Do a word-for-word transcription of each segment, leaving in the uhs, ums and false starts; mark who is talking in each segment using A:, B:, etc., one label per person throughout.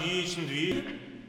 A: есть дверь.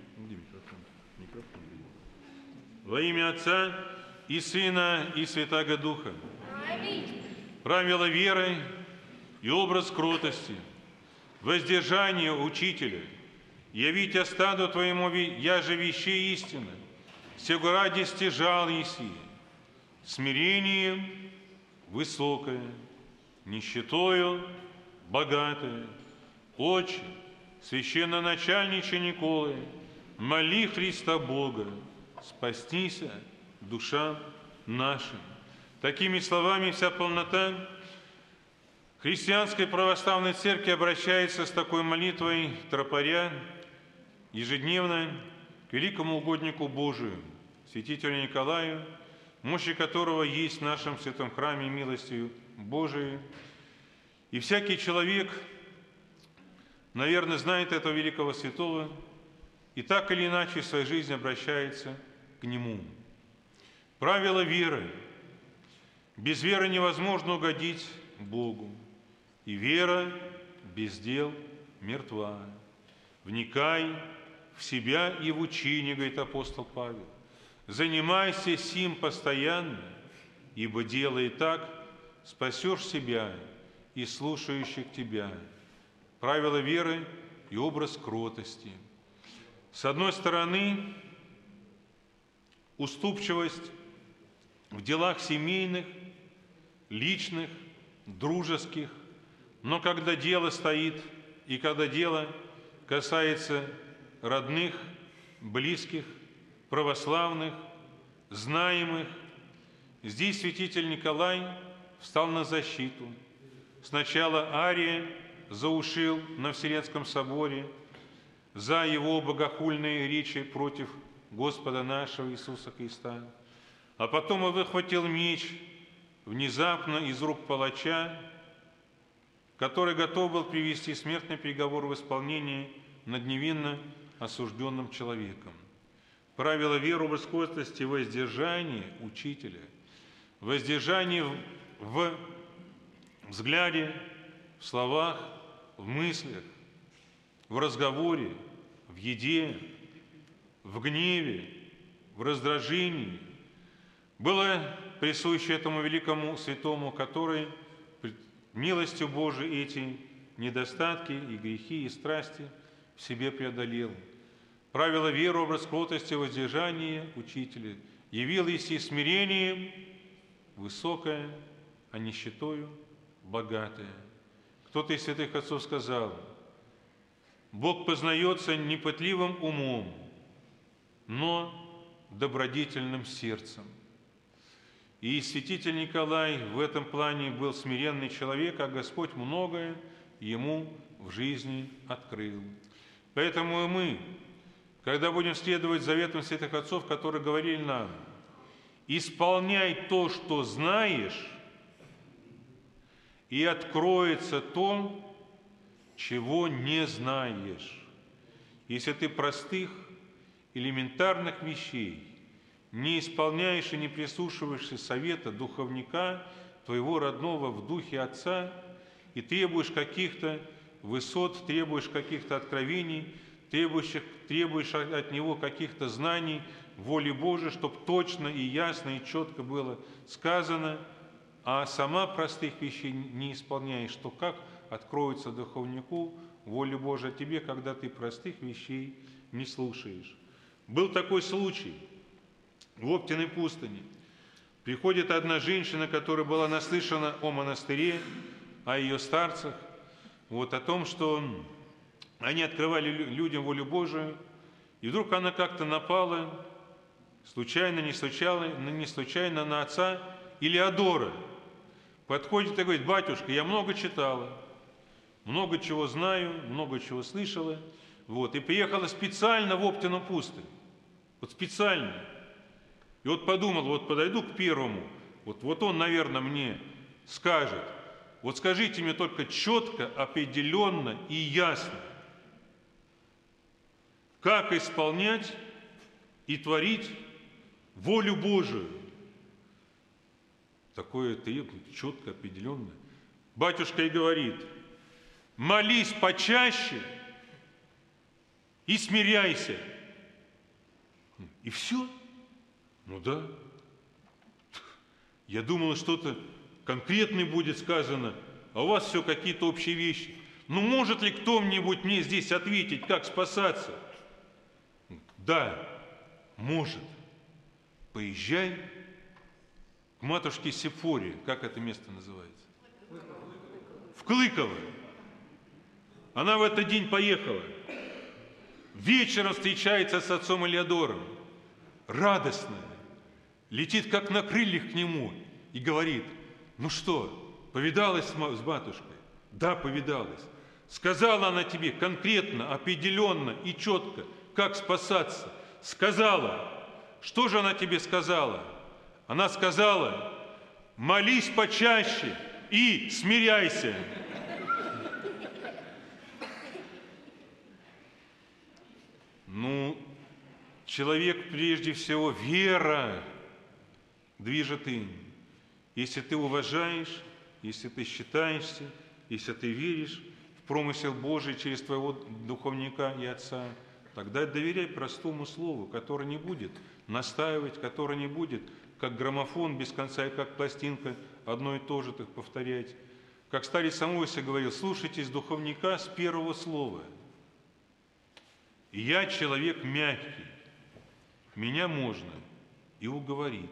A: Во имя Отца и Сына и Святаго Духа.
B: Аминь.
A: Правила веры и образ кротости, воздержание учителя, явить стаду Твоему, я же вещей истины, сего ради стяжал еси, смирением высокое, нищетою богатое. Отче, священноначальниче Николы, моли Христа Бога, спастися душам нашим. Такими словами вся полнота христианской православной церкви обращается с такой молитвой тропаря ежедневно к великому угоднику Божию, святителю Николаю, мощи которого есть в нашем святом храме милостью Божией. И всякий человек, наверное, знает этого великого святого и так или иначе в своей жизни обращается к нему. Правило веры. Без веры невозможно угодить Богу, и вера без дел мертва. Вникай в себя и в учение, говорит апостол Павел. Занимайся сим постоянно, ибо делая так, спасешь себя и слушающих тебя. Правило веры и образ кротости. С одной стороны, уступчивость в делах семейных, личных, дружеских, но когда дело стоит и когда дело касается родных, близких, православных, знаемых, здесь святитель Николай встал на защиту. Сначала Ария заушил на Вселенском соборе за его богохульные речи против Господа нашего Иисуса Христа, а потом он выхватил меч внезапно из рук палача, который готов был привести смертный приговор в исполнение над невинно осужденным человеком. Правило веры, образ кротости, воздержание учителя, воздержание в взгляде, в словах, в мыслях, в разговоре, в еде, в гневе, в раздражении было присуще этому великому святому, который милостью Божией эти недостатки и грехи и страсти в себе преодолел. Правило веры, образ кротости, воздержания учителя явил еси смирением высокое, а нищетою богатое. Кто-то из святых отцов сказал: Бог познается не пытливым умом, но добродетельным сердцем. И святитель Николай в этом плане был смиренный человек, а Господь многое ему в жизни открыл. Поэтому и мы, когда будем следовать заветам святых отцов, которые говорили нам: исполняй то, что знаешь, и откроется то, чего не знаешь. Если ты простых, элементарных вещей не исполняешь и не прислушиваешься совета духовника, твоего родного в духе Отца, и требуешь каких-то высот, требуешь каких-то откровений, требуешь, требуешь от него каких-то знаний, воли Божией, чтобы точно и ясно и четко было сказано, а сама простых вещей не исполняешь, то как откроется духовнику воля Божия тебе, когда ты простых вещей не слушаешь? Был такой случай в Оптиной пустыне. Приходит одна женщина, которая была наслышана о монастыре, о ее старцах, вот, о том, что они открывали людям волю Божию, и вдруг она как-то напала, случайно, не случайно, не случайно на отца Илеодора. Подходит и говорит: батюшка, я много читала, много чего знаю, много чего слышала, вот, и приехала специально в Оптину пустыню, вот специально. И вот подумал, вот подойду к первому, вот, вот он, наверное, мне скажет, вот скажите мне только четко, определенно и ясно, как исполнять и творить волю Божию. Такое требование, четко, определенно. Батюшка и говорит: молись почаще и смиряйся. И все? Ну да. Я думал, что-то конкретное будет сказано, а у вас все какие-то общие вещи. Ну может ли кто-нибудь мне здесь ответить, как спасаться? Да, может. Поезжай к матушке Сефоре, как это место называется? В Клыково. Она в этот день поехала. Вечером встречается с отцом Элеодором. Радостная. Летит как на крыльях к нему и говорит: ну что, повидалась с матушкой? Да, повидалась. Сказала она тебе конкретно, определенно и четко, как спасаться. Сказала. Что же она тебе сказала? Она сказала: молись почаще и смиряйся. Ну, человек прежде всего вера движет им. Если ты уважаешь, если ты считаешься, если ты веришь в промысел Божий через твоего духовника и отца, тогда доверяй простому слову, которое не будет настаивать, которое не будет как граммофон без конца и как пластинка одно и то же так повторять. Как старец Самойся говорил: слушайтесь духовника с первого слова. Я человек мягкий, меня можно и уговорить.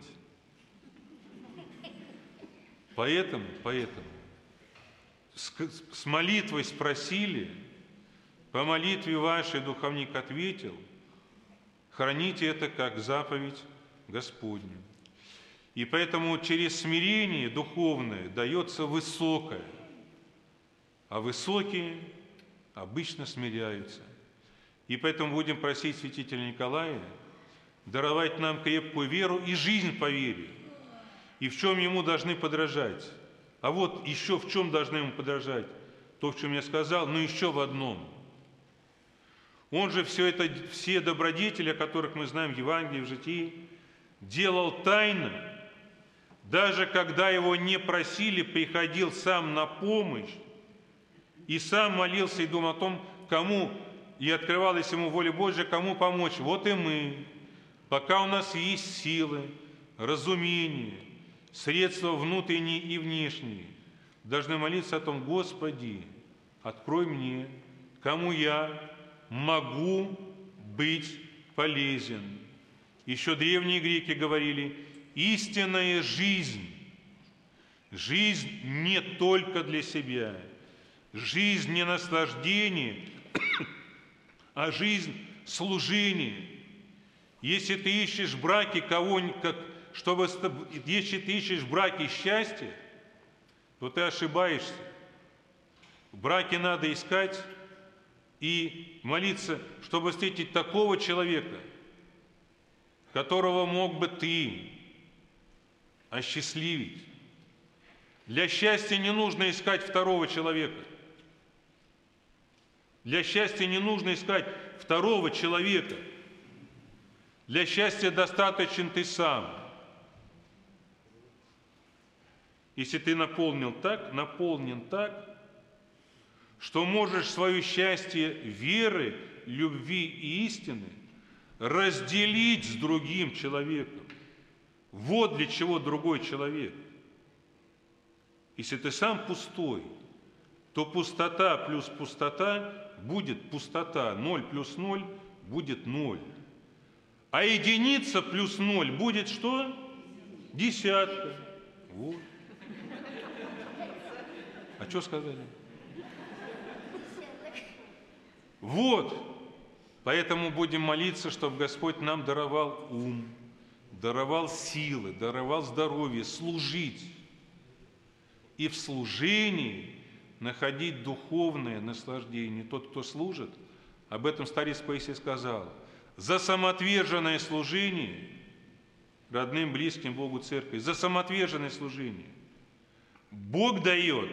A: Поэтому, поэтому с, с молитвой спросили, по молитве вашей духовник ответил: храните это как заповедь Господню. И поэтому через смирение духовное дается высокое, а высокие обычно смиряются. И поэтому будем просить святителя Николая даровать нам крепкую веру и жизнь по вере, и в чем ему должны подражать. А вот еще в чем должны ему подражать? То, в чем я сказал, но еще в одном. Он же все это, все добродетели, о которых мы знаем в Евангелии, в житии, делал тайно, даже когда его не просили, приходил сам на помощь и сам молился и думал о том, кому, и открывалась ему воля Божья, кому помочь. Вот и мы, пока у нас есть силы, разумение, средства внутренние и внешние, должны молиться о том: Господи, открой мне, кому я могу быть полезен. Еще древние греки говорили: истинная жизнь, жизнь не только для себя, жизнь не наслаждение, а жизнь служения. Если ты ищешь в браке кого-нибудь, чтобы, если ты ищешь в браке счастье, то ты ошибаешься. В браке надо искать и молиться, чтобы встретить такого человека, которого мог бы ты осчастливить. Для счастья не нужно искать второго человека. Для счастья не нужно искать второго человека. Для счастья достаточен ты сам. Если ты наполнен так, наполнен так, что можешь свое счастье веры, любви и истины разделить с другим человеком. Вот для чего другой человек. Если ты сам пустой, то пустота плюс пустота будет пустота. Ноль плюс ноль будет ноль. А единица плюс ноль будет что? Десятка. Вот. А что сказали? Вот. Поэтому будем молиться, чтобы Господь нам даровал ум, даровал силы, даровал здоровье, служить. И в служении находить духовное наслаждение. Тот, кто служит, об этом старец Паисий сказал: за самоотверженное служение родным, близким Богу Церкви, за самоотверженное служение Бог дает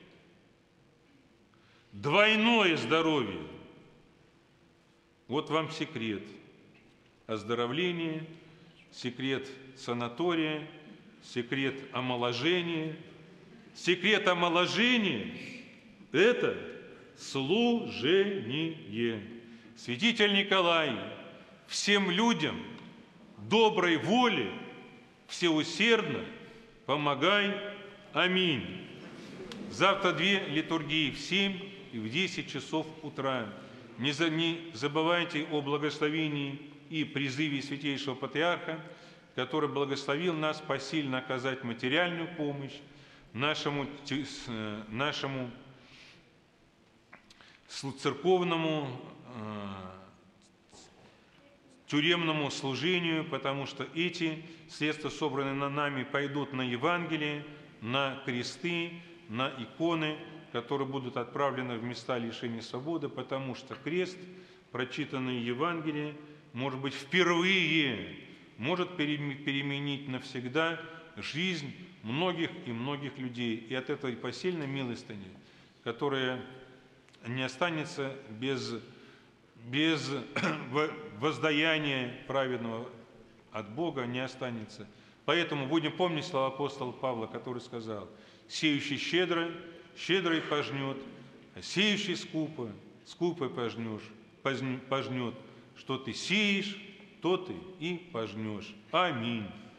A: двойное здоровье. Вот вам секрет оздоровления, секрет санатория, секрет омоложения. Секрет омоложения – это служение. Святитель Николай, всем людям доброй воли всеусердно помогай. Аминь. Завтра две литургии в семь и в десять часов утра. Не забывайте о благословении и призыве Святейшего Патриарха, который благословил нас посильно оказать материальную помощь нашему, нашему церковному тюремному служению, потому что эти средства, собранные на нами, пойдут на Евангелие, на кресты, на иконы, которые будут отправлены в места лишения свободы, потому что крест, прочитанный Евангелие, может быть, впервые может переменить навсегда жизнь многих и многих людей. И от этой посильной милостыни, которая не останется без, без воздаяния праведного от Бога, не останется. Поэтому будем помнить слова апостола Павла, который сказал: «Сеющий щедро, щедро и пожнет, а сеющий скупо, скупо пожнешь, пожнет. Что ты сеешь, то ты и пожнешь». Аминь.